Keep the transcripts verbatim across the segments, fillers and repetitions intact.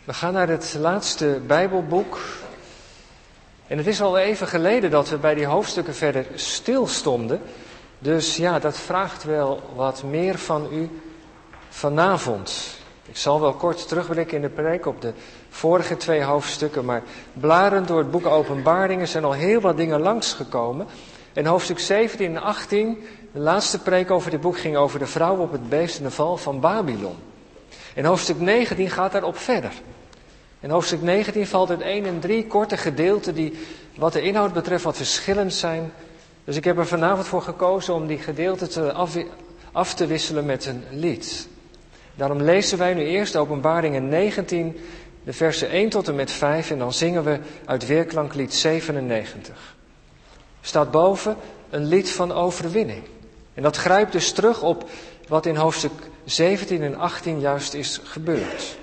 We gaan naar het laatste Bijbelboek. En het is al even geleden dat we bij die hoofdstukken verder stilstonden. Dus ja, dat vraagt wel wat meer van u vanavond. Ik zal wel kort terugblikken in de preek op de vorige twee hoofdstukken. Maar bladerend door het boek Openbaringen zijn al heel wat dingen langsgekomen. En hoofdstuk zeventien en achttien, de laatste preek over dit boek, ging over de vrouw op het beest en de val van Babylon. En hoofdstuk negentien gaat daarop verder. In hoofdstuk negentien valt uit één en drie korte gedeelten die wat de inhoud betreft wat verschillend zijn. Dus ik heb er vanavond voor gekozen om die gedeelten te af, af te wisselen met een lied. Daarom lezen wij nu eerst Openbaringen negentien, de versen één tot en met vijf en dan zingen we uit Weerklanklied zevenennegentig. Er staat boven een lied van overwinning. En dat grijpt dus terug op wat in hoofdstuk zeventien en achttien juist is gebeurd.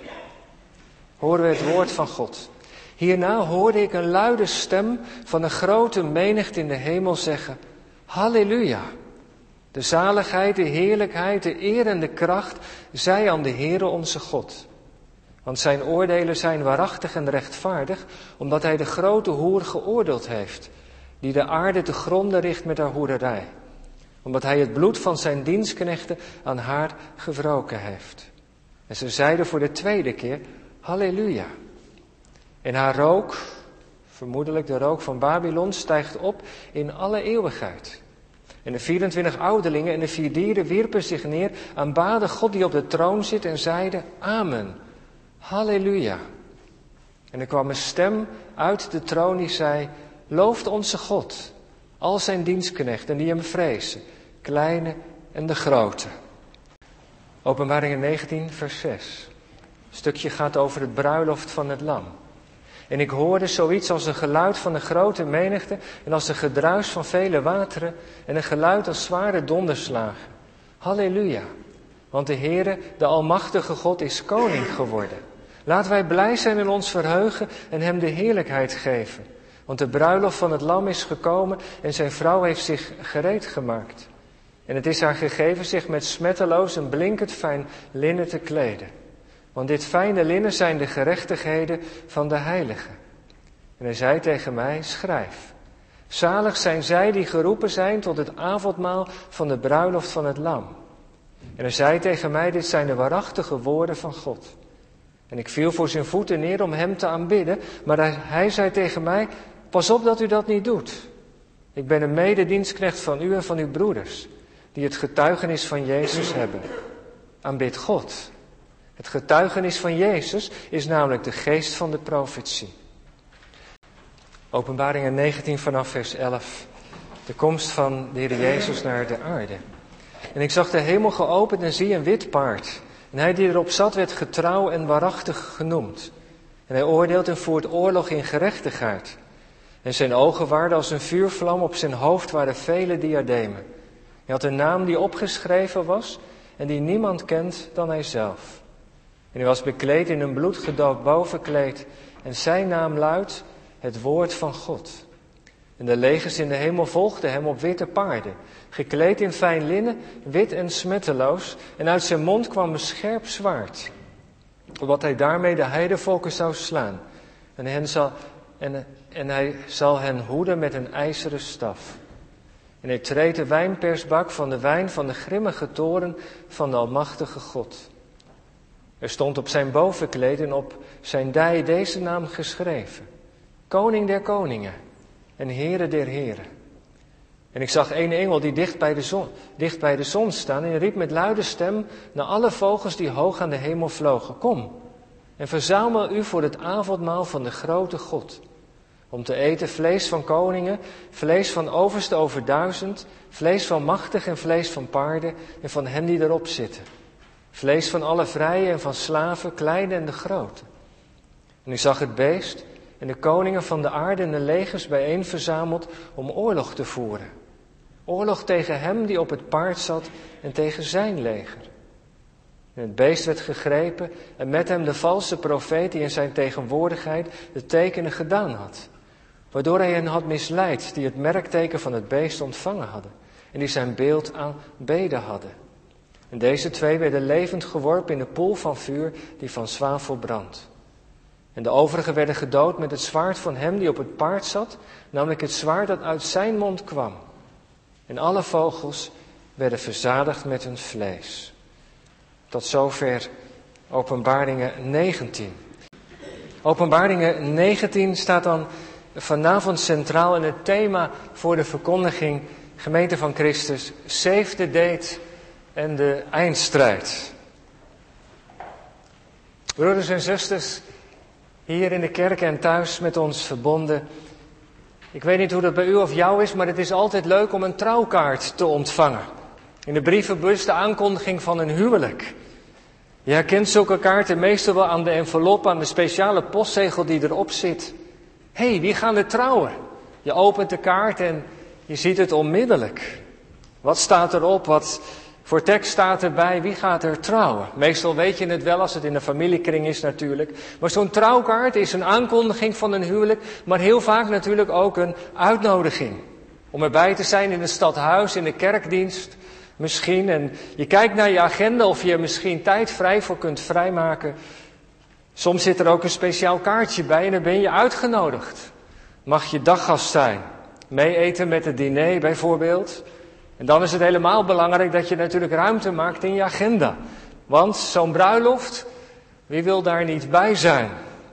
Horen we het woord van God. Hierna hoorde ik een luide stem van een grote menigte in de hemel zeggen: Halleluja! De zaligheid, de heerlijkheid, de eer en de kracht zij aan de Heere onze God. Want zijn oordelen zijn waarachtig en rechtvaardig, omdat hij de grote hoer geoordeeld heeft, die de aarde te gronde richt met haar hoererij. Omdat hij het bloed van zijn dienstknechten aan haar gewroken heeft. En ze zeiden voor de tweede keer: Halleluja. En haar rook, vermoedelijk de rook van Babylon, stijgt op in alle eeuwigheid. En de vierentwintig ouderlingen en de vier dieren wierpen zich neer, aanbaden God die op de troon zit en zeiden: Amen. Halleluja. En er kwam een stem uit de troon die zei: Looft onze God, al zijn dienstknechten die hem vrezen, kleine en de grote. Openbaringen negentien, vers zes. Het stukje gaat over het bruiloft van het lam. En ik hoorde zoiets als een geluid van een grote menigte en als een gedruis van vele wateren en een geluid als zware donderslagen. Halleluja, want de Heere, de Almachtige God, is koning geworden. Laten wij blij zijn en ons verheugen en hem de heerlijkheid geven. Want de bruiloft van het lam is gekomen en zijn vrouw heeft zich gereed gemaakt. En het is haar gegeven zich met smetteloos en blinkend fijn linnen te kleden. Want dit fijne linnen zijn de gerechtigheden van de heiligen. En hij zei tegen mij: schrijf. Zalig zijn zij die geroepen zijn tot het avondmaal van de bruiloft van het lam. En hij zei tegen mij: dit zijn de waarachtige woorden van God. En ik viel voor zijn voeten neer om hem te aanbidden. Maar hij, hij zei tegen mij: pas op dat u dat niet doet. Ik ben een mededienstknecht van u en van uw broeders, die het getuigenis van Jezus hebben. Aanbid God. Het getuigenis van Jezus is namelijk de geest van de profetie. Openbaringen negentien vanaf vers elf. De komst van de Heer Jezus naar de aarde. En ik zag de hemel geopend en zie een wit paard. En hij die erop zat werd getrouw en waarachtig genoemd. En hij oordeelt en voert oorlog in gerechtigheid. En zijn ogen waren als een vuurvlam, op zijn hoofd waren vele diademen. Hij had een naam die opgeschreven was en die niemand kent dan hij zelf. En hij was bekleed in een bloedgedoopt bovenkleed en zijn naam luidt: het woord van God. En de legers in de hemel volgden hem op witte paarden, gekleed in fijn linnen, wit en smetteloos, en uit zijn mond kwam een scherp zwaard, opdat hij daarmee de heidevolken zou slaan. En, hen zal, en, en hij zal hen hoeden met een ijzeren staf. En hij treedt de wijnpersbak van de wijn van de grimmige toorn van de Almachtige God. Er stond op zijn bovenkleed en op zijn dij deze naam geschreven: Koning der koningen en Heere der heren. En ik zag één engel die dicht bij de zon, dicht bij de zon staan en riep met luide stem naar alle vogels die hoog aan de hemel vlogen: kom en verzamel u voor het avondmaal van de grote God, om te eten vlees van koningen, vlees van overste over duizend, vlees van machtig en vlees van paarden en van hen die erop zitten. Vlees van alle vrije en van slaven, kleine en de grote. En ik zag het beest en de koningen van de aarde en de legers bijeen verzameld om oorlog te voeren. Oorlog tegen hem die op het paard zat en tegen zijn leger. En het beest werd gegrepen en met hem de valse profeet die in zijn tegenwoordigheid de tekenen gedaan had. Waardoor hij hen had misleid die het merkteken van het beest ontvangen hadden en die zijn beeld aanbeden hadden. En deze twee werden levend geworpen in de poel van vuur die van zwavel brandt. En de overigen werden gedood met het zwaard van hem die op het paard zat, namelijk het zwaard dat uit zijn mond kwam. En alle vogels werden verzadigd met hun vlees. Tot zover Openbaringen negentien. Openbaringen negentien staat dan vanavond centraal in het thema voor de verkondiging Gemeente van Christus, Save the Date en de eindstrijd. Broeders en zusters, hier in de kerk en thuis met ons verbonden. Ik weet niet hoe dat bij u of jou is, maar het is altijd leuk om een trouwkaart te ontvangen. In de brievenbus de aankondiging van een huwelijk. Je herkent zulke kaarten meestal wel aan de envelop, aan de speciale postzegel die erop zit. Hé, hey, wie gaan er trouwen? Je opent de kaart en je ziet het onmiddellijk. Wat staat erop? Wat voor tekst staat erbij? Wie gaat er trouwen? Meestal weet je het wel als het in een familiekring is natuurlijk. Maar zo'n trouwkaart is een aankondiging van een huwelijk, maar heel vaak natuurlijk ook een uitnodiging. Om erbij te zijn in het stadhuis, in de kerkdienst misschien. En je kijkt naar je agenda of je er misschien tijd vrij voor kunt vrijmaken. Soms zit er ook een speciaal kaartje bij en dan ben je uitgenodigd. Mag je daggast zijn. Mee eten met het diner bijvoorbeeld. En dan is het helemaal belangrijk dat je natuurlijk ruimte maakt in je agenda. Want zo'n bruiloft, wie wil daar niet bij zijn?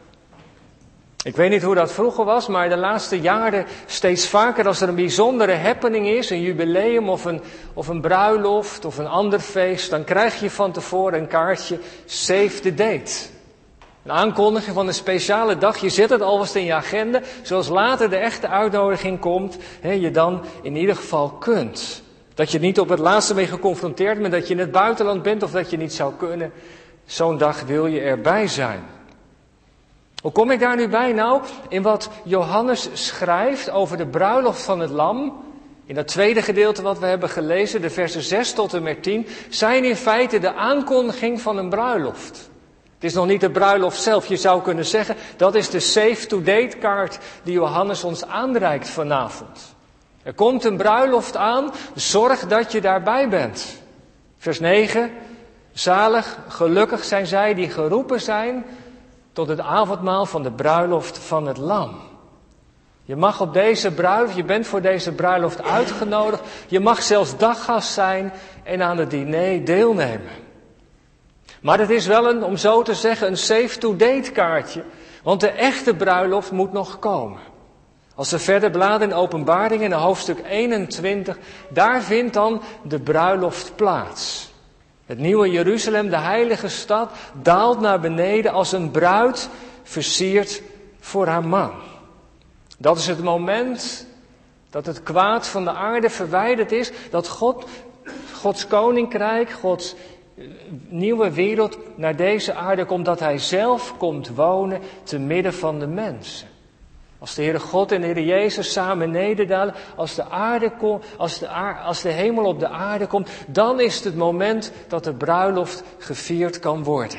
Ik weet niet hoe dat vroeger was, maar de laatste jaren steeds vaker als er een bijzondere happening is, een jubileum of een, of een bruiloft of een ander feest, dan krijg je van tevoren een kaartje, save the date. Een aankondiging van een speciale dag, je zet het alvast in je agenda, zoals later de echte uitnodiging komt, hè, je dan in ieder geval kunt. Dat je niet op het laatste mee geconfronteerd bent, dat je in het buitenland bent of dat je niet zou kunnen. Zo'n dag wil je erbij zijn. Hoe kom ik daar nu bij? Nou, in wat Johannes schrijft over de bruiloft van het lam, in dat tweede gedeelte wat we hebben gelezen, de versen zes tot en met tien, zijn in feite de aankondiging van een bruiloft. Het is nog niet de bruiloft zelf, je zou kunnen zeggen, dat is de save-to-date kaart die Johannes ons aanreikt vanavond. Er komt een bruiloft aan, zorg dat je daarbij bent. Vers negen, zalig, gelukkig zijn zij die geroepen zijn tot het avondmaal van de bruiloft van het lam. Je mag op deze bruiloft, je bent voor deze bruiloft uitgenodigd, je mag zelfs daggast zijn en aan het diner deelnemen. Maar het is wel een, om zo te zeggen, een save-to-date kaartje, want de echte bruiloft moet nog komen. Als we verder bladeren in Openbaringen, in hoofdstuk eenentwintig, daar vindt dan de bruiloft plaats. Het nieuwe Jeruzalem, de heilige stad, daalt naar beneden als een bruid versierd voor haar man. Dat is het moment dat het kwaad van de aarde verwijderd is, dat God, Gods koninkrijk, Gods nieuwe wereld naar deze aarde komt, dat hij zelf komt wonen te midden van de mensen. Als de Heere God en de Heere Jezus samen nederdalen, als de, aarde kom, als, de aarde, als de hemel op de aarde komt, dan is het het moment dat de bruiloft gevierd kan worden.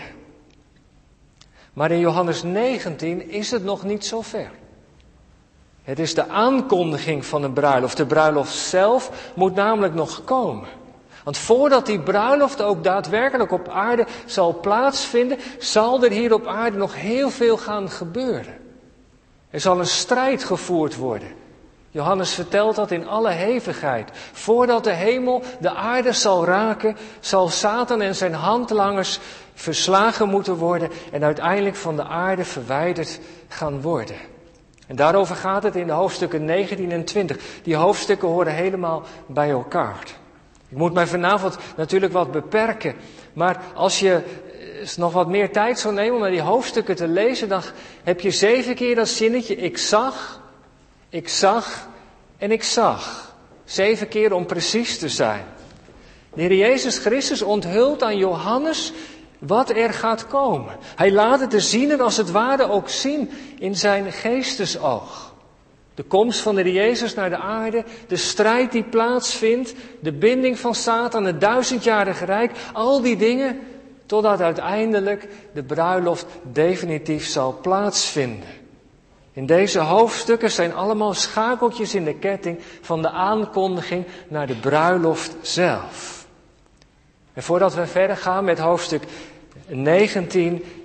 Maar in Johannes negentien is het nog niet zo ver. Het is de aankondiging van een bruiloft. De bruiloft zelf moet namelijk nog komen. Want voordat die bruiloft ook daadwerkelijk op aarde zal plaatsvinden, zal er hier op aarde nog heel veel gaan gebeuren. Er zal een strijd gevoerd worden. Johannes vertelt dat in alle hevigheid. Voordat de hemel de aarde zal raken, zal Satan en zijn handlangers verslagen moeten worden en uiteindelijk van de aarde verwijderd gaan worden. En daarover gaat het in de hoofdstukken negentien en twintig. Die hoofdstukken horen helemaal bij elkaar. Ik moet mij vanavond natuurlijk wat beperken, maar als je nog wat meer tijd zou nemen om naar die hoofdstukken te lezen, dan heb je zeven keer dat zinnetje, ik zag, ik zag en ik zag. Zeven keer om precies te zijn. De Heer Jezus Christus onthult aan Johannes wat er gaat komen. Hij laat het de ziener als het ware ook zien in zijn geestesoog. De komst van de Heer Jezus naar de aarde, de strijd die plaatsvindt, de binding van Satan, het duizendjarige rijk, al die dingen, totdat uiteindelijk de bruiloft definitief zal plaatsvinden. In deze hoofdstukken zijn allemaal schakeltjes in de ketting van de aankondiging naar de bruiloft zelf. En voordat we verder gaan met hoofdstuk negentien,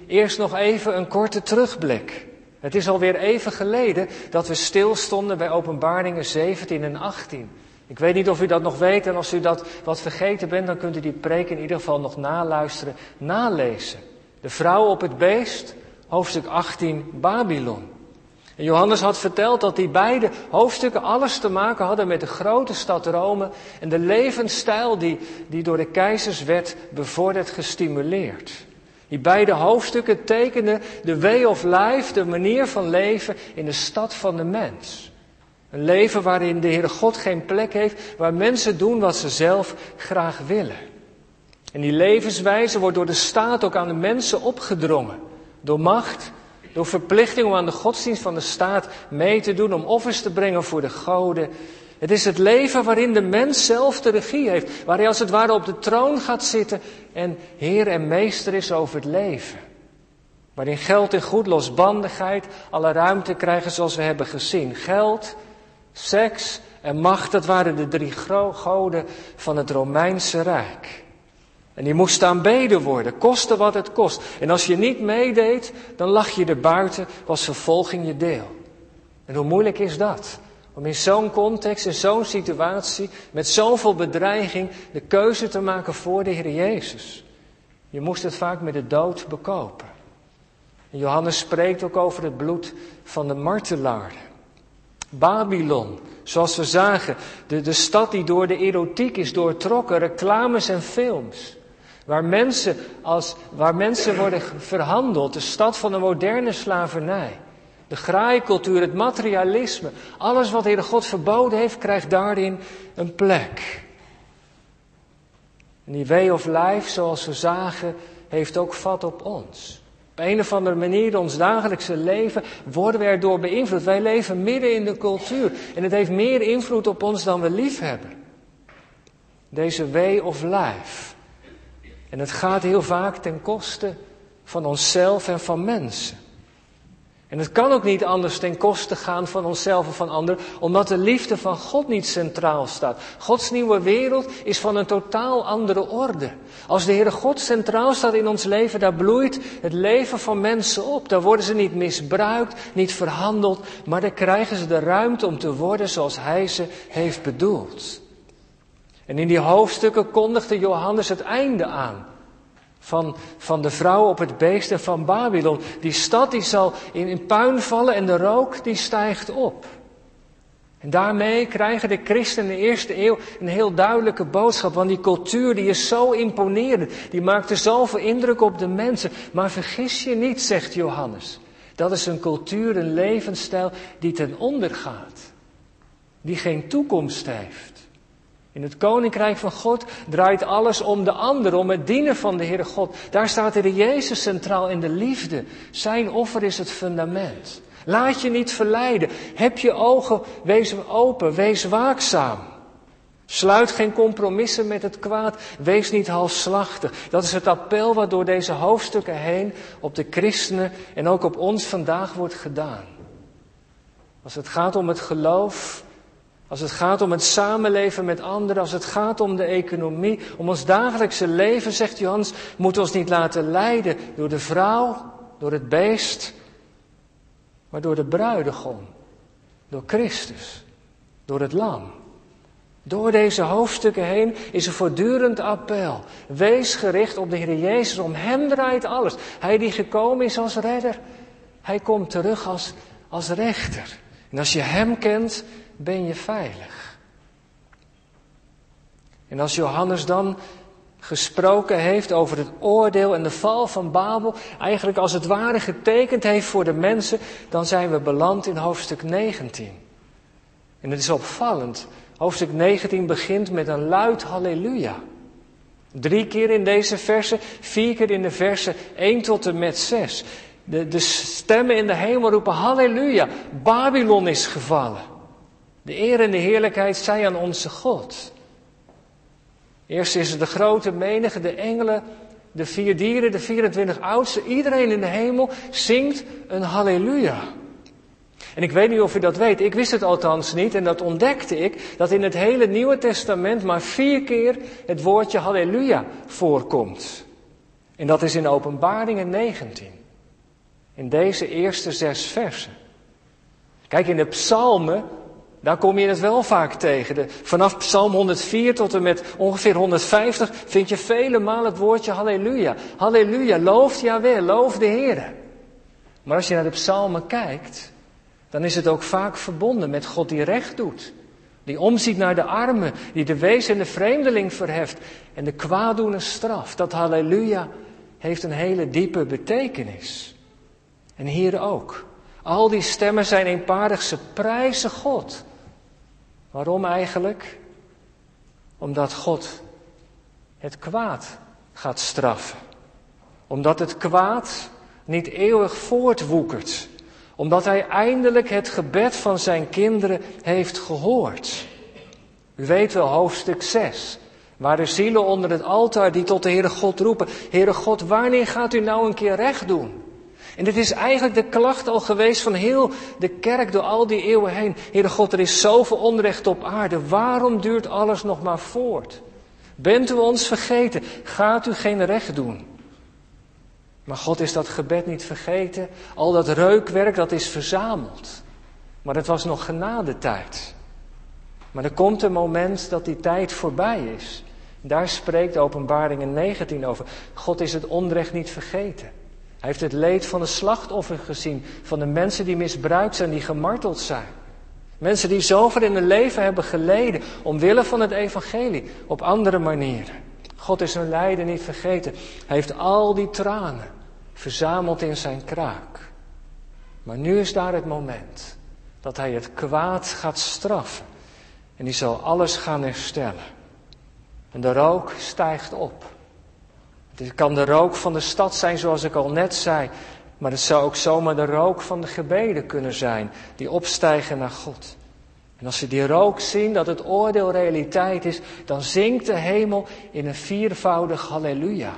eerst nog even een korte terugblik. Het is alweer even geleden dat we stilstonden bij Openbaringen zeventien en achttien. Ik weet niet of u dat nog weet en als u dat wat vergeten bent, dan kunt u die preek in ieder geval nog naluisteren, nalezen. De vrouw op het beest, hoofdstuk achttien, Babylon. En Johannes had verteld dat die beide hoofdstukken alles te maken hadden met de grote stad Rome en de levensstijl die, die door de keizers werd bevorderd, gestimuleerd. Die beide hoofdstukken tekenen de way of life, de manier van leven in de stad van de mens. Een leven waarin de Heere God geen plek heeft, waar mensen doen wat ze zelf graag willen. En die levenswijze wordt door de staat ook aan de mensen opgedrongen. Door macht, door verplichting om aan de godsdienst van de staat mee te doen, om offers te brengen voor de goden. Het is het leven waarin de mens zelf de regie heeft, waar hij als het ware op de troon gaat zitten en heer en meester is over het leven. Waarin geld en goed, losbandigheid alle ruimte krijgen zoals we hebben gezien. Geld, seks en macht, dat waren de drie goden van het Romeinse Rijk. En die moesten aanbeden worden, koste wat het kost. En als je niet meedeed, dan lag je er buiten, was vervolging je deel. En hoe moeilijk is dat? Om in zo'n context, in zo'n situatie, met zoveel bedreiging, de keuze te maken voor de Heer Jezus. Je moest het vaak met de dood bekopen. En Johannes spreekt ook over het bloed van de martelaren. Babylon, zoals we zagen, de, de stad die door de erotiek is doortrokken, reclames en films. Waar mensen, als, waar mensen worden verhandeld, de stad van de moderne slavernij. De graaikultuur, het materialisme, alles wat de Heere God verboden heeft, krijgt daarin een plek. En die way of life, zoals we zagen, heeft ook vat op ons. Op een of andere manier, in ons dagelijkse leven, worden we erdoor beïnvloed. Wij leven midden in de cultuur en het heeft meer invloed op ons dan we lief hebben. Deze way of life. En het gaat heel vaak ten koste van onszelf en van mensen. En het kan ook niet anders ten koste gaan van onszelf en van anderen, omdat de liefde van God niet centraal staat. Gods nieuwe wereld is van een totaal andere orde. Als de Heere God centraal staat in ons leven, daar bloeit het leven van mensen op. Daar worden ze niet misbruikt, niet verhandeld, maar daar krijgen ze de ruimte om te worden zoals Hij ze heeft bedoeld. En in die hoofdstukken kondigde Johannes het einde aan. Van, van de vrouw op het beest en van Babylon. Die stad die zal in, in puin vallen en de rook die stijgt op. En daarmee krijgen de christenen in de eerste eeuw een heel duidelijke boodschap. Want die cultuur die is zo imponerend. Die maakte zoveel indruk op de mensen. Maar vergis je niet, zegt Johannes. Dat is een cultuur, een levensstijl die ten onder gaat. Die geen toekomst heeft. In het koninkrijk van God draait alles om de ander, om het dienen van de Heere God. Daar staat de Heer Jezus centraal in de liefde. Zijn offer is het fundament. Laat je niet verleiden. Heb je ogen, wees open, wees waakzaam. Sluit geen compromissen met het kwaad, wees niet halfslachtig. Dat is het appel wat door deze hoofdstukken heen op de christenen en ook op ons vandaag wordt gedaan. Als het gaat om het geloof, als het gaat om het samenleven met anderen, als het gaat om de economie, om ons dagelijkse leven, zegt Johannes, moeten we ons niet laten leiden door de vrouw, door het beest, maar door de bruidegom, door Christus, door het lam. Door deze hoofdstukken heen is een voortdurend appel. Wees gericht op de Heer Jezus, om Hem draait alles. Hij die gekomen is als redder, Hij komt terug als, als rechter. En als je Hem kent, ben je veilig. En als Johannes dan gesproken heeft over het oordeel en de val van Babel, eigenlijk als het ware getekend heeft voor de mensen, dan zijn we beland in hoofdstuk negentien. En het is opvallend. Hoofdstuk negentien begint met een luid halleluja. Drie keer in deze versen, vier keer in de versen één tot en met zes. De, de stemmen in de hemel roepen halleluja, Babylon is gevallen. De eer en de heerlijkheid zij aan onze God. Eerst is het de grote menigte, de engelen, de vier dieren, de vierentwintig oudsten. Iedereen in de hemel zingt een halleluja. En ik weet niet of u dat weet, ik wist het althans niet en dat ontdekte ik, dat in het hele Nieuwe Testament maar vier keer het woordje halleluja voorkomt. En dat is in Openbaringen negentien. In deze eerste zes versen. Kijk, in de psalmen, daar kom je het wel vaak tegen. De, vanaf psalm honderdvier tot en met ongeveer honderdvijftig vind je vele malen het woordje halleluja. Halleluja, loof Jahweh, loof de Heere. Maar als je naar de psalmen kijkt, dan is het ook vaak verbonden met God die recht doet. Die omziet naar de armen, die de wees en de vreemdeling verheft en de kwaaddoener straft. Dat halleluja heeft een hele diepe betekenis. En hier ook. Al die stemmen zijn eenparig, ze prijzen God. Waarom eigenlijk? Omdat God het kwaad gaat straffen. Omdat het kwaad niet eeuwig voortwoekert. Omdat hij eindelijk het gebed van zijn kinderen heeft gehoord. U weet wel, hoofdstuk zes. Waar de zielen onder het altaar die tot de Heere God roepen. Heere God, wanneer gaat u nou een keer recht doen? En dit is eigenlijk de klacht al geweest van heel de kerk door al die eeuwen heen. Heere God, er is zoveel onrecht op aarde. Waarom duurt alles nog maar voort? Bent u ons vergeten? Gaat u geen recht doen? Maar God is dat gebed niet vergeten. Al dat reukwerk, dat is verzameld. Maar het was nog genadetijd. Maar er komt een moment dat die tijd voorbij is. Daar spreekt Openbaringen negentien over. God is het onrecht niet vergeten. Hij heeft het leed van de slachtoffer gezien. Van de mensen die misbruikt zijn, die gemarteld zijn. Mensen die zoveel in hun leven hebben geleden. Omwille van het evangelie. Op andere manieren. God is hun lijden niet vergeten. Hij heeft al die tranen verzameld in zijn kraak. Maar nu is daar het moment dat hij het kwaad gaat straffen. En die zal alles gaan herstellen. En de rook stijgt op. Het kan de rook van de stad zijn, zoals ik al net zei. Maar het zou ook zomaar de rook van de gebeden kunnen zijn, die opstijgen naar God. En als ze die rook zien, dat het oordeel realiteit is, dan zinkt de hemel in een viervoudig halleluja.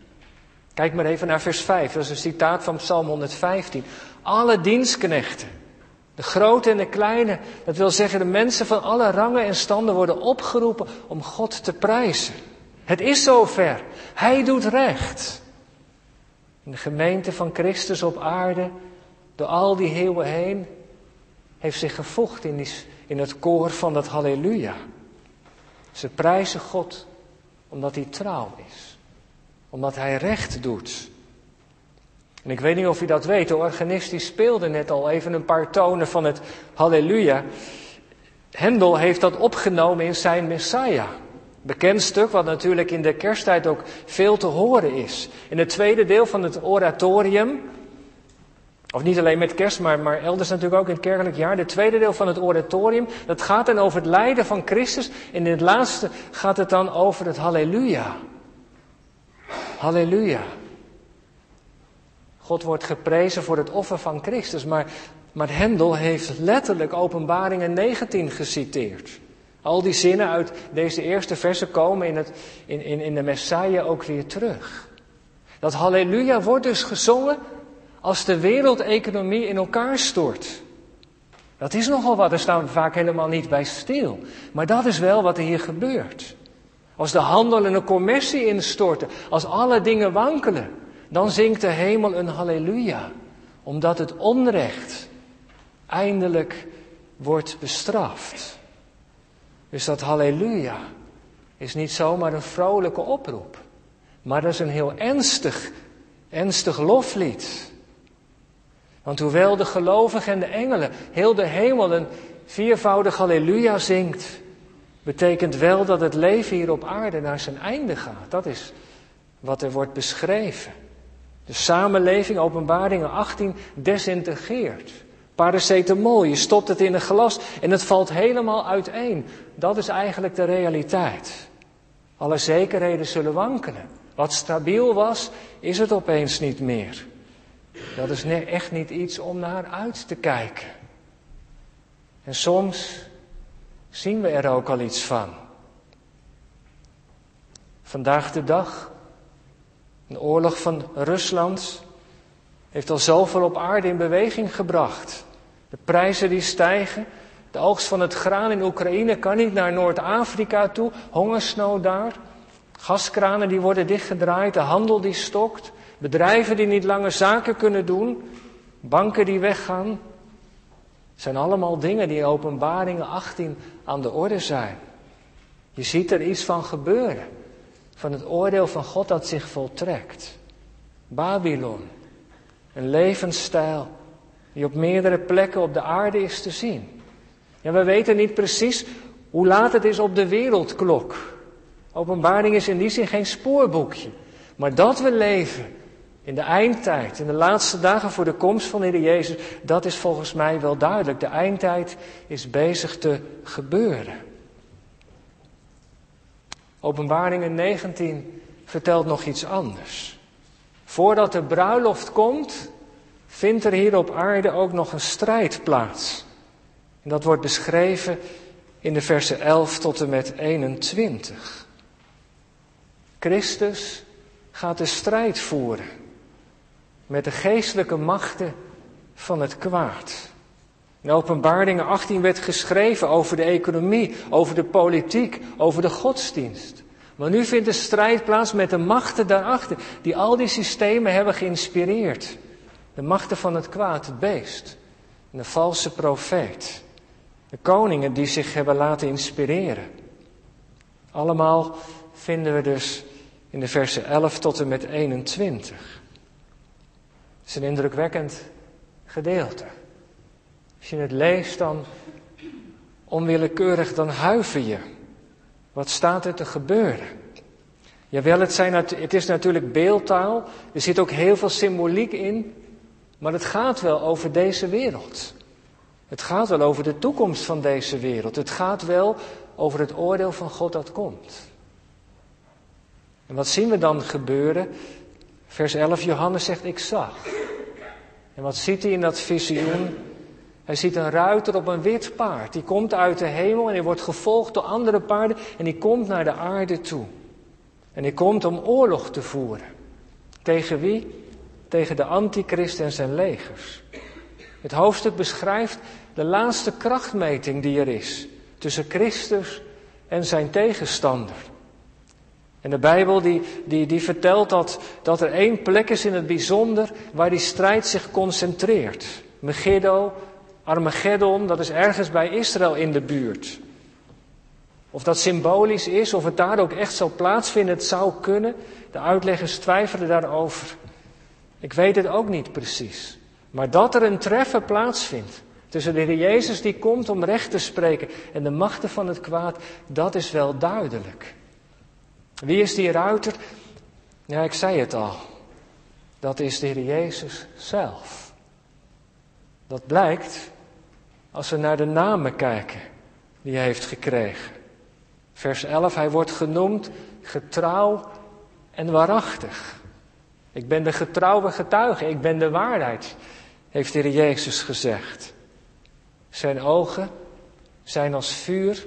Kijk maar even naar vers vijf, dat is een citaat van Psalm honderdvijftien. Alle dienstknechten, de grote en de kleine, dat wil zeggen de mensen van alle rangen en standen worden opgeroepen om God te prijzen. Het is zover. Hij doet recht. In de gemeente van Christus op aarde, door al die eeuwen heen, heeft zich gevoegd in, die, in het koor van dat halleluja. Ze prijzen God omdat hij trouw is. Omdat hij recht doet. En ik weet niet of u dat weet, de organist die speelde net al even een paar tonen van het halleluja. Hendel heeft dat opgenomen in zijn Messiah. Bekend stuk wat natuurlijk in de kersttijd ook veel te horen is. In het tweede deel van het oratorium, of niet alleen met kerst, maar, maar elders natuurlijk ook in het kerkelijk jaar. De tweede deel van het oratorium, dat gaat dan over het lijden van Christus. En in het laatste gaat het dan over het halleluja. Halleluja. God wordt geprezen voor het offer van Christus. Maar, maar Hendel heeft letterlijk Openbaringen negentien geciteerd. Al die zinnen uit deze eerste versen komen in, het, in, in, in de Messiah ook weer terug. Dat halleluja wordt dus gezongen als de wereldeconomie in elkaar stort. Dat is nogal wat, daar staan we vaak helemaal niet bij stil. Maar dat is wel wat er hier gebeurt. Als de handel en de commercie instorten, als alle dingen wankelen, dan zingt de hemel een halleluja. Omdat het onrecht eindelijk wordt bestraft. Dus dat halleluja is niet zomaar een vrolijke oproep. Maar dat is een heel ernstig, ernstig loflied. Want hoewel de gelovigen en de engelen heel de hemel een viervoudig halleluja zingt, betekent wel dat het leven hier op aarde naar zijn einde gaat. Dat is wat er wordt beschreven. De samenleving, Openbaringen achttien, desintegreert. Paracetamol, je stopt het in een glas en het valt helemaal uiteen. Dat is eigenlijk de realiteit. Alle zekerheden zullen wankelen. Wat stabiel was, is het opeens niet meer. Dat is echt niet iets om naar uit te kijken. En soms zien we er ook al iets van. Vandaag de dag, een oorlog van Rusland heeft al zoveel op aarde in beweging gebracht. De prijzen die stijgen, de oogst van het graan in Oekraïne kan niet naar Noord-Afrika toe, hongersnood daar. Gaskranen die worden dichtgedraaid, de handel die stokt, bedrijven die niet langer zaken kunnen doen. banken die weggaan. Het zijn allemaal dingen die in Openbaringen achttien aan de orde zijn. Je ziet er iets van gebeuren. Van het oordeel van God dat zich voltrekt. Babylon. Een levensstijl die op meerdere plekken op de aarde is te zien. Ja, we weten niet precies hoe laat het is op de wereldklok. Openbaring is in die zin geen spoorboekje. Maar dat we leven in de eindtijd, in de laatste dagen voor de komst van de Heer Jezus, dat is volgens mij wel duidelijk. De eindtijd is bezig te gebeuren. Openbaringen negentien vertelt nog iets anders. Voordat de bruiloft komt, vindt er hier op aarde ook nog een strijd plaats. En dat wordt beschreven in de versen elf tot en met eenentwintig. Christus gaat de strijd voeren met de geestelijke machten van het kwaad. In Openbaringen achttien werd geschreven over de economie, over de politiek, over de godsdienst. Maar nu vindt de strijd plaats met de machten daarachter, die al die systemen hebben geïnspireerd. De machten van het kwaad, het beest, en de valse profeet. De koningen die zich hebben laten inspireren. Allemaal vinden we dus in de versen elf tot en met eenentwintig. Het is een indrukwekkend gedeelte. Als je het leest, dan onwillekeurig, dan huiver je. Wat staat er te gebeuren? Jawel, het, zijn, het is natuurlijk beeldtaal. Er zit ook heel veel symboliek in. Maar het gaat wel over deze wereld. Het gaat wel over de toekomst van deze wereld. Het gaat wel over het oordeel van God dat komt. En wat zien we dan gebeuren? Vers elf, Johannes zegt, ik zag. En wat ziet hij in dat visioen? Hij ziet een ruiter op een wit paard. Die komt uit de hemel en hij wordt gevolgd door andere paarden. En die komt naar de aarde toe. En hij komt om oorlog te voeren. Tegen wie? Tegen de antichrist en zijn legers. Het hoofdstuk beschrijft de laatste krachtmeting die er is. Tussen Christus en zijn tegenstander. En de Bijbel die, die, die vertelt dat, dat er één plek is in het bijzonder waar die strijd zich concentreert. Megiddo, Armageddon, dat is ergens bij Israël in de buurt. Of dat symbolisch is, of het daar ook echt zal plaatsvinden, het zou kunnen. De uitleggers twijfelen daarover. Ik weet het ook niet precies. Maar dat er een treffen plaatsvindt tussen de Heer Jezus die komt om recht te spreken en de machten van het kwaad, dat is wel duidelijk. Wie is die ruiter? Ja, ik zei het al. Dat is de Heer Jezus zelf. Dat blijkt als we naar de namen kijken die hij heeft gekregen. Vers elf, hij wordt genoemd getrouw en waarachtig. Ik ben de getrouwe getuige, ik ben de waarheid, heeft de Heer Jezus gezegd. Zijn ogen zijn als vuur.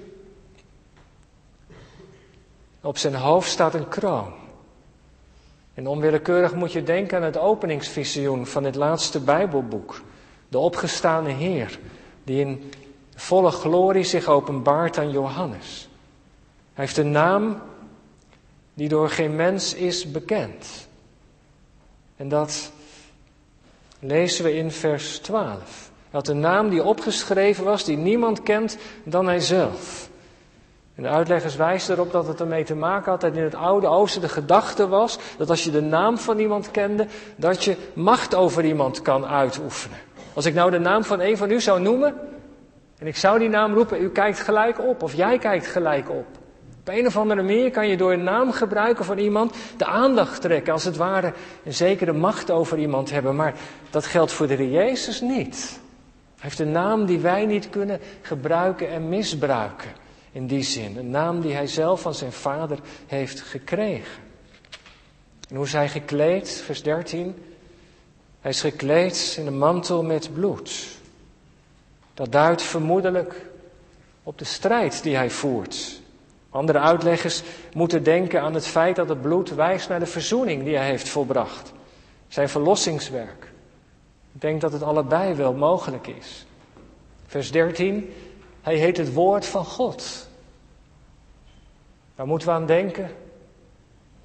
Op zijn hoofd staat een kroon. En onwillekeurig moet je denken aan het openingsvisioen van het laatste Bijbelboek. De opgestane Heer, die in volle glorie zich openbaart aan Johannes. Hij heeft een naam die door geen mens is bekend. En dat lezen we in vers twaalf. Hij had een naam die opgeschreven was, die niemand kent dan hijzelf. En de uitleggers wijzen erop dat het ermee te maken had dat in het oude oosten de gedachte was dat als je de naam van iemand kende, dat je macht over iemand kan uitoefenen. Als ik nou de naam van een van u zou noemen en ik zou die naam roepen, u kijkt gelijk op of jij kijkt gelijk op. Op een of andere manier kan je door een naam gebruiken van iemand de aandacht trekken, als het ware een zekere macht over iemand hebben. Maar dat geldt voor de Heer Jezus niet. Hij heeft een naam die wij niet kunnen gebruiken en misbruiken. In die zin, een naam die hij zelf van zijn vader heeft gekregen. En hoe is hij gekleed? Vers dertien. Hij is gekleed in een mantel met bloed. Dat duidt vermoedelijk op de strijd die hij voert. Andere uitleggers moeten denken aan het feit dat het bloed wijst naar de verzoening die hij heeft volbracht. Zijn verlossingswerk. Ik denk dat het allebei wel mogelijk is. Vers dertien. Hij heet het woord van God. Waar moeten we aan denken?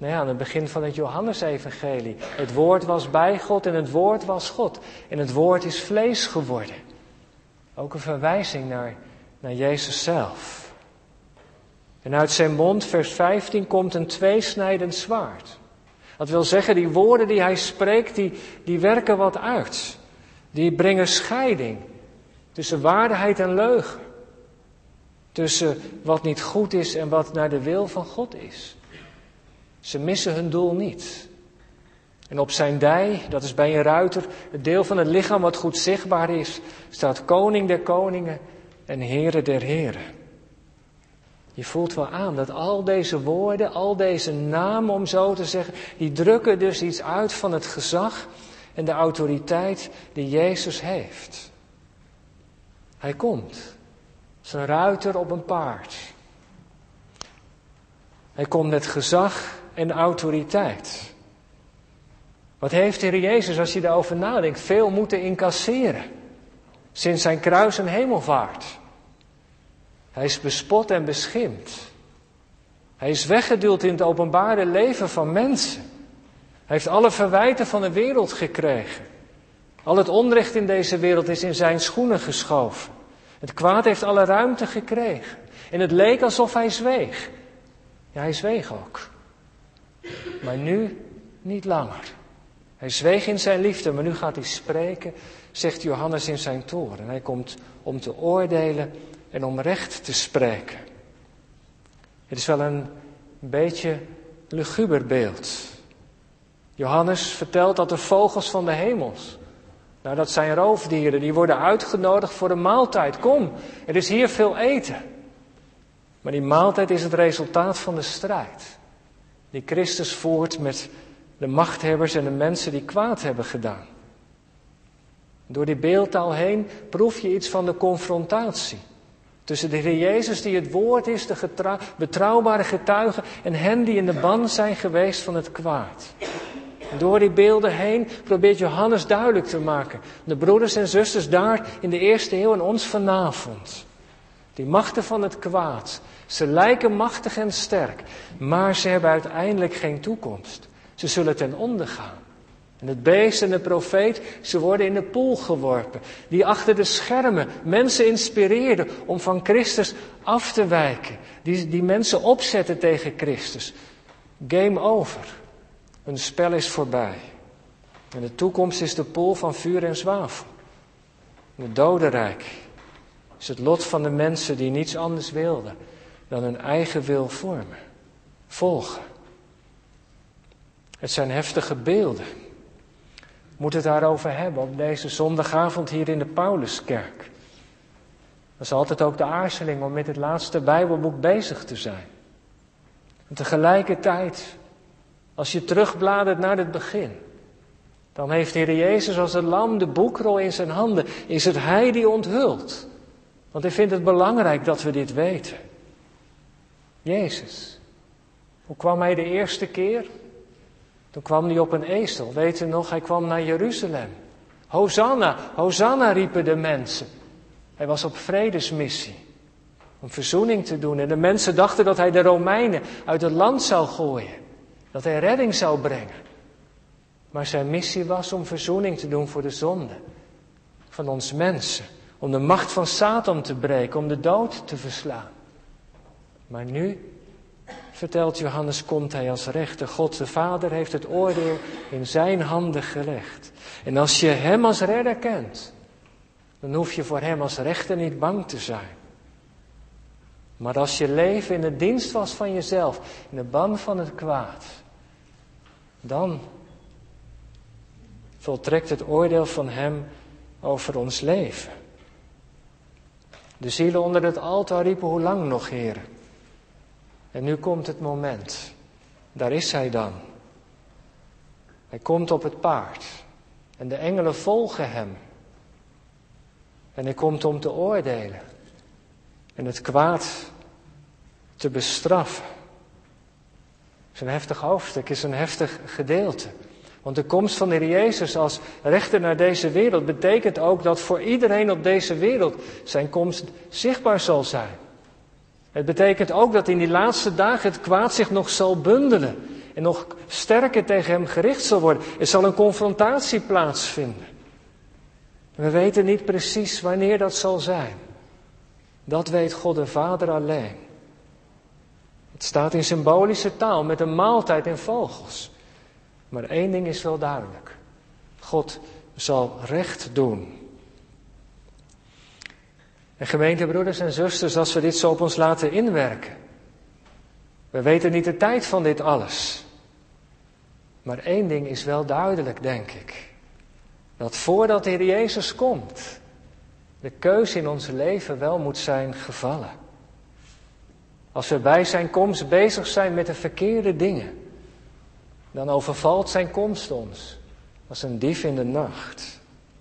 Nou ja, aan het begin van het Johannesevangelie. Het woord was bij God en het woord was God. En het woord is vlees geworden. Ook een verwijzing naar, naar Jezus zelf. En uit zijn mond, vers vijftien, komt een tweesnijdend zwaard. Dat wil zeggen, die woorden die hij spreekt, die, die werken wat uit. Die brengen scheiding tussen waarheid en leugen. Tussen wat niet goed is en wat naar de wil van God is. Ze missen hun doel niet. En op zijn dij, dat is bij een ruiter, het deel van het lichaam wat goed zichtbaar is, staat koning der koningen en Heere der heren. Je voelt wel aan dat al deze woorden, al deze namen om zo te zeggen, die drukken dus iets uit van het gezag en de autoriteit die Jezus heeft. Hij komt, als een ruiter op een paard. Hij komt met gezag en autoriteit. Wat heeft de Heer Jezus, als je daarover nadenkt, veel moeten incasseren. Sinds zijn kruis en hemelvaart. Hij is bespot en beschimpt. Hij is weggeduwd in het openbare leven van mensen. Hij heeft alle verwijten van de wereld gekregen. Al het onrecht in deze wereld is in zijn schoenen geschoven. Het kwaad heeft alle ruimte gekregen. En het leek alsof hij zweeg. Ja, hij zweeg ook. Maar nu niet langer. Hij zweeg in zijn liefde, maar nu gaat hij spreken, zegt Johannes in zijn toren. Hij komt om te oordelen en om recht te spreken. Het is wel een beetje luguber beeld. Johannes vertelt dat de vogels van de hemels, nou dat zijn roofdieren, die worden uitgenodigd voor een maaltijd. Kom, er is hier veel eten. Maar die maaltijd is het resultaat van de strijd die Christus voert met de machthebbers en de mensen die kwaad hebben gedaan. Door die beeldtaal heen proef je iets van de confrontatie tussen de Heer Jezus die het woord is, de getrou- betrouwbare getuige, en hen die in de ban zijn geweest van het kwaad. En door die beelden heen probeert Johannes duidelijk te maken, de broeders en zusters daar in de eerste eeuw en ons vanavond. Die machten van het kwaad, ze lijken machtig en sterk, maar ze hebben uiteindelijk geen toekomst. Ze zullen ten onder gaan. En het beest en de profeet, ze worden in de poel geworpen. Die achter de schermen mensen inspireerden om van Christus af te wijken. Die, die mensen opzetten tegen Christus. Game over. Hun spel is voorbij. En de toekomst is de poel van vuur en zwavel. Het dodenrijk is het lot van de mensen die niets anders wilden dan hun eigen wil vormen. Volgen. Het zijn heftige beelden. We moeten het daarover hebben op deze zondagavond hier in de Pauluskerk. Dat is altijd ook de aarzeling om met het laatste Bijbelboek bezig te zijn. En tegelijkertijd, als je terugbladert naar het begin, dan heeft de Heer Jezus als het lam de boekrol in zijn handen. Is het Hij die onthult. Want hij vindt het belangrijk dat we dit weten. Jezus. Hoe kwam hij de eerste keer? Toen kwam hij op een ezel. Weet u nog, hij kwam naar Jeruzalem. Hosanna, Hosanna riepen de mensen. Hij was op vredesmissie. Om verzoening te doen. En de mensen dachten dat hij de Romeinen uit het land zou gooien. Dat hij redding zou brengen. Maar zijn missie was om verzoening te doen voor de zonde van ons mensen. Om de macht van Satan te breken, om de dood te verslaan. Maar nu, vertelt Johannes, komt hij als rechter. God de Vader heeft het oordeel in zijn handen gelegd. En als je hem als redder kent, dan hoef je voor hem als rechter niet bang te zijn. Maar als je leven in de dienst was van jezelf, in de ban van het kwaad, dan voltrekt het oordeel van hem over ons leven. De zielen onder het altaar riepen, hoe lang nog, Heer? En nu komt het moment. Daar is hij dan. Hij komt op het paard. En de engelen volgen hem. En hij komt om te oordelen. En het kwaad te bestraffen. Het is een heftig hoofdstuk, is een heftig gedeelte. Want de komst van de Heer Jezus als rechter naar deze wereld betekent ook dat voor iedereen op deze wereld zijn komst zichtbaar zal zijn. Het betekent ook dat in die laatste dagen het kwaad zich nog zal bundelen en nog sterker tegen hem gericht zal worden. Er zal een confrontatie plaatsvinden. We weten niet precies wanneer dat zal zijn. Dat weet God de Vader alleen. Het staat in symbolische taal met een maaltijd en vogels. Maar één ding is wel duidelijk. God zal recht doen. En gemeente, broeders en zusters, als we dit zo op ons laten inwerken. We weten niet de tijd van dit alles. Maar één ding is wel duidelijk, denk ik. Dat voordat de Heer Jezus komt, de keuze in ons leven wel moet zijn gevallen. Als we bij zijn komst bezig zijn met de verkeerde dingen, dan overvalt zijn komst ons als een dief in de nacht.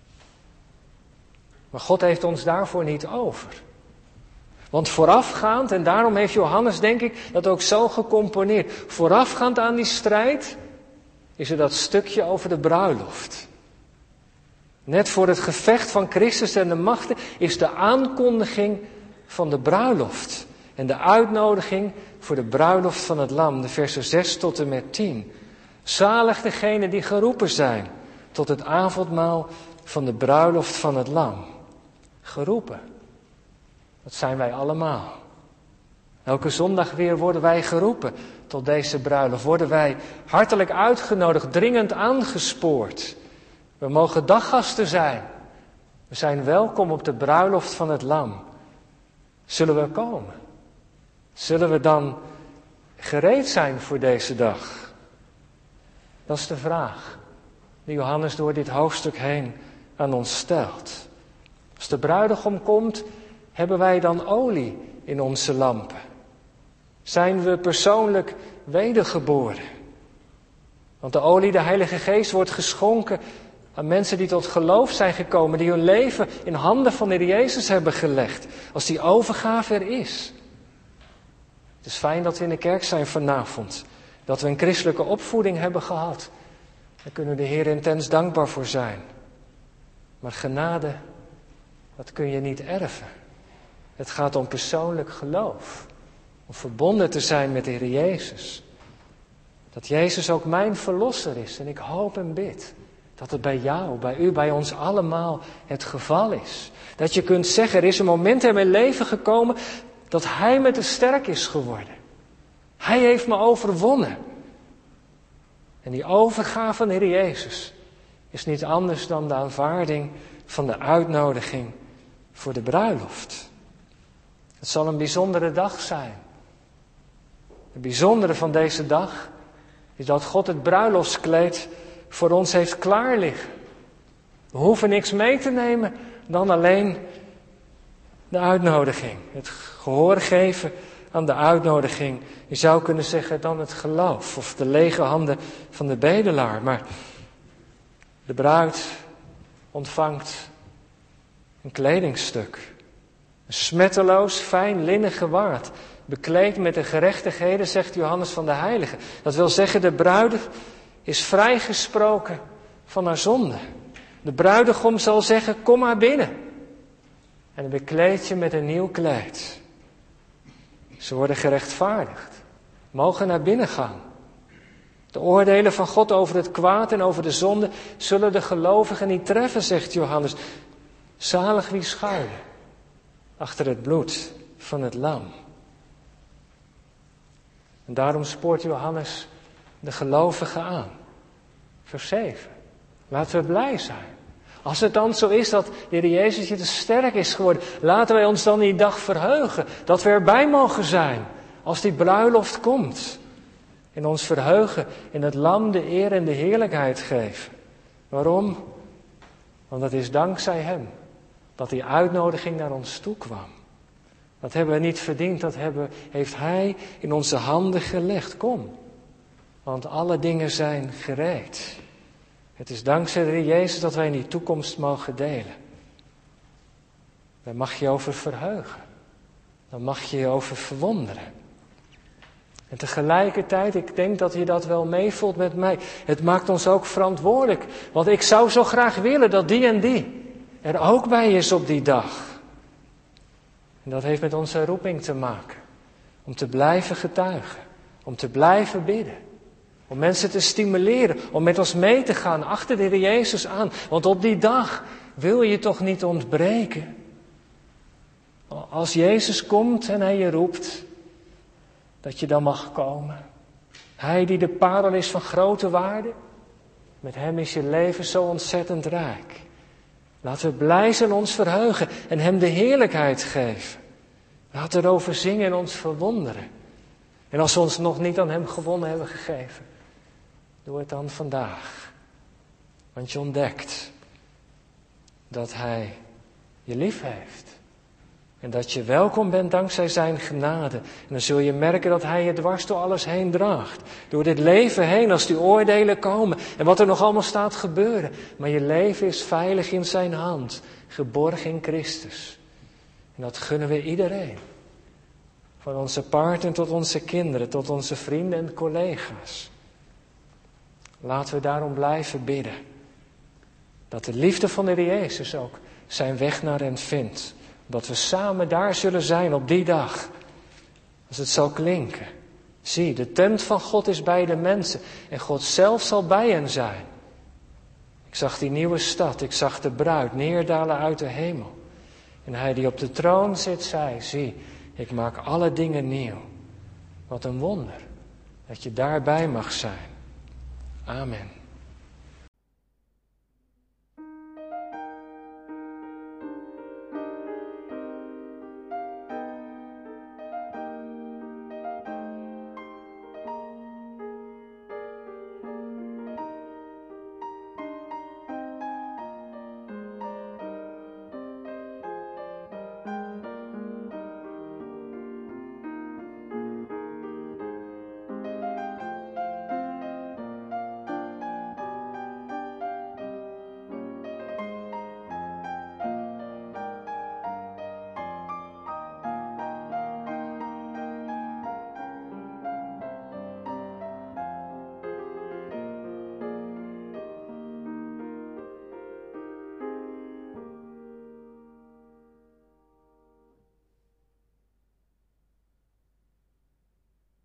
Maar God heeft ons daarvoor niet over. Want voorafgaand, en daarom heeft Johannes denk ik dat ook zo gecomponeerd, voorafgaand aan die strijd is er dat stukje over de bruiloft. Net voor het gevecht van Christus en de machten is de aankondiging van de bruiloft. En de uitnodiging voor de bruiloft van het lam, de versen zes tot en met tien. Zalig degenen die geroepen zijn tot het avondmaal van de bruiloft van het lam. Geroepen, dat zijn wij allemaal. Elke zondag weer worden wij geroepen tot deze bruiloft. Worden wij hartelijk uitgenodigd, dringend aangespoord. We mogen daggasten zijn. We zijn welkom op de bruiloft van het lam. Zullen we komen? Zullen we dan gereed zijn voor deze dag? Dat is de vraag die Johannes door dit hoofdstuk heen aan ons stelt. Als de bruidegom komt, hebben wij dan olie in onze lampen? Zijn we persoonlijk wedergeboren? Want de olie, de Heilige Geest, wordt geschonken aan mensen die tot geloof zijn gekomen, die hun leven in handen van de Heer Jezus hebben gelegd. Als die overgave er is. Het is fijn dat we in de kerk zijn vanavond. Dat we een christelijke opvoeding hebben gehad. Daar kunnen we de Heer intens dankbaar voor zijn. Maar genade, dat kun je niet erven. Het gaat om persoonlijk geloof. Om verbonden te zijn met de Heer Jezus. Dat Jezus ook mijn verlosser is. En ik hoop en bid dat het bij jou, bij u, bij ons allemaal het geval is. Dat je kunt zeggen, er is een moment in mijn leven gekomen dat Hij me te sterk is geworden. Hij heeft me overwonnen. En die overgave van de Heer Jezus is niet anders dan de aanvaarding van de uitnodiging voor de bruiloft. Het zal een bijzondere dag zijn. Het bijzondere van deze dag is dat God het bruiloftskleed voor ons heeft klaar liggen. We hoeven niks mee te nemen dan alleen de uitnodiging. Het gehoor geven aan de uitnodiging. Je zou kunnen zeggen dan het geloof of de lege handen van de bedelaar. Maar de bruid ontvangt een kledingstuk. Een smetteloos, fijn linnen gewaad. Bekleed met de gerechtigheden, zegt Johannes van de Heilige. Dat wil zeggen, de bruid is vrijgesproken van haar zonde. De bruidegom zal zeggen, kom maar binnen. En dan bekleed je met een nieuw kleed. Ze worden gerechtvaardigd. Mogen naar binnen gaan. De oordelen van God over het kwaad en over de zonde zullen de gelovigen niet treffen, zegt Johannes. Zalig wie schuilen achter het bloed van het lam. En daarom spoort Johannes de gelovigen aan. Vers zeven. Laten we blij zijn. Als het dan zo is dat de Heer Jezus je te sterk is geworden, laten wij ons dan die dag verheugen. Dat we erbij mogen zijn als die bruiloft komt. En ons verheugen in het lam de eer en de heerlijkheid geven. Waarom? Want het is dankzij Hem dat die uitnodiging naar ons toe kwam. Dat hebben we niet verdiend, dat hebben, heeft Hij in onze handen gelegd. Kom, want alle dingen zijn gereed. Het is dankzij de Heer Jezus dat wij in die toekomst mogen delen. Daar mag je over verheugen. Daar mag je je over verwonderen. En tegelijkertijd, ik denk dat je dat wel meevoelt met mij. Het maakt ons ook verantwoordelijk. Want ik zou zo graag willen dat die en die er ook bij is op die dag. En dat heeft met onze roeping te maken. Om te blijven getuigen. Om te blijven bidden. Om mensen te stimuleren, om met ons mee te gaan achter de Heer Jezus aan. Want op die dag wil je toch niet ontbreken. Als Jezus komt en Hij je roept, dat je dan mag komen. Hij die de parel is van grote waarde, met Hem is je leven zo ontzettend rijk. Laten we blij zijn, ons verheugen en Hem de heerlijkheid geven. Laten we erover zingen en ons verwonderen. En als we ons nog niet aan Hem gewonnen hebben gegeven, doe het dan vandaag. Want je ontdekt dat Hij je lief heeft. En dat je welkom bent dankzij zijn genade. En dan zul je merken dat Hij je dwars door alles heen draagt. Door dit leven heen als die oordelen komen. En wat er nog allemaal staat gebeuren. Maar je leven is veilig in zijn hand. Geborgen in Christus. En dat gunnen we iedereen. Van onze partner tot onze kinderen, tot onze vrienden en collega's. Laten we daarom blijven bidden. Dat de liefde van de Heer Jezus ook zijn weg naar hen vindt. Dat we samen daar zullen zijn op die dag. Als het zal klinken. Zie, de tent van God is bij de mensen. En God zelf zal bij hen zijn. Ik zag die nieuwe stad. Ik zag de bruid neerdalen uit de hemel. En Hij die op de troon zit, zei, zie, ik maak alle dingen nieuw. Wat een wonder. Dat je daarbij mag zijn. Amen.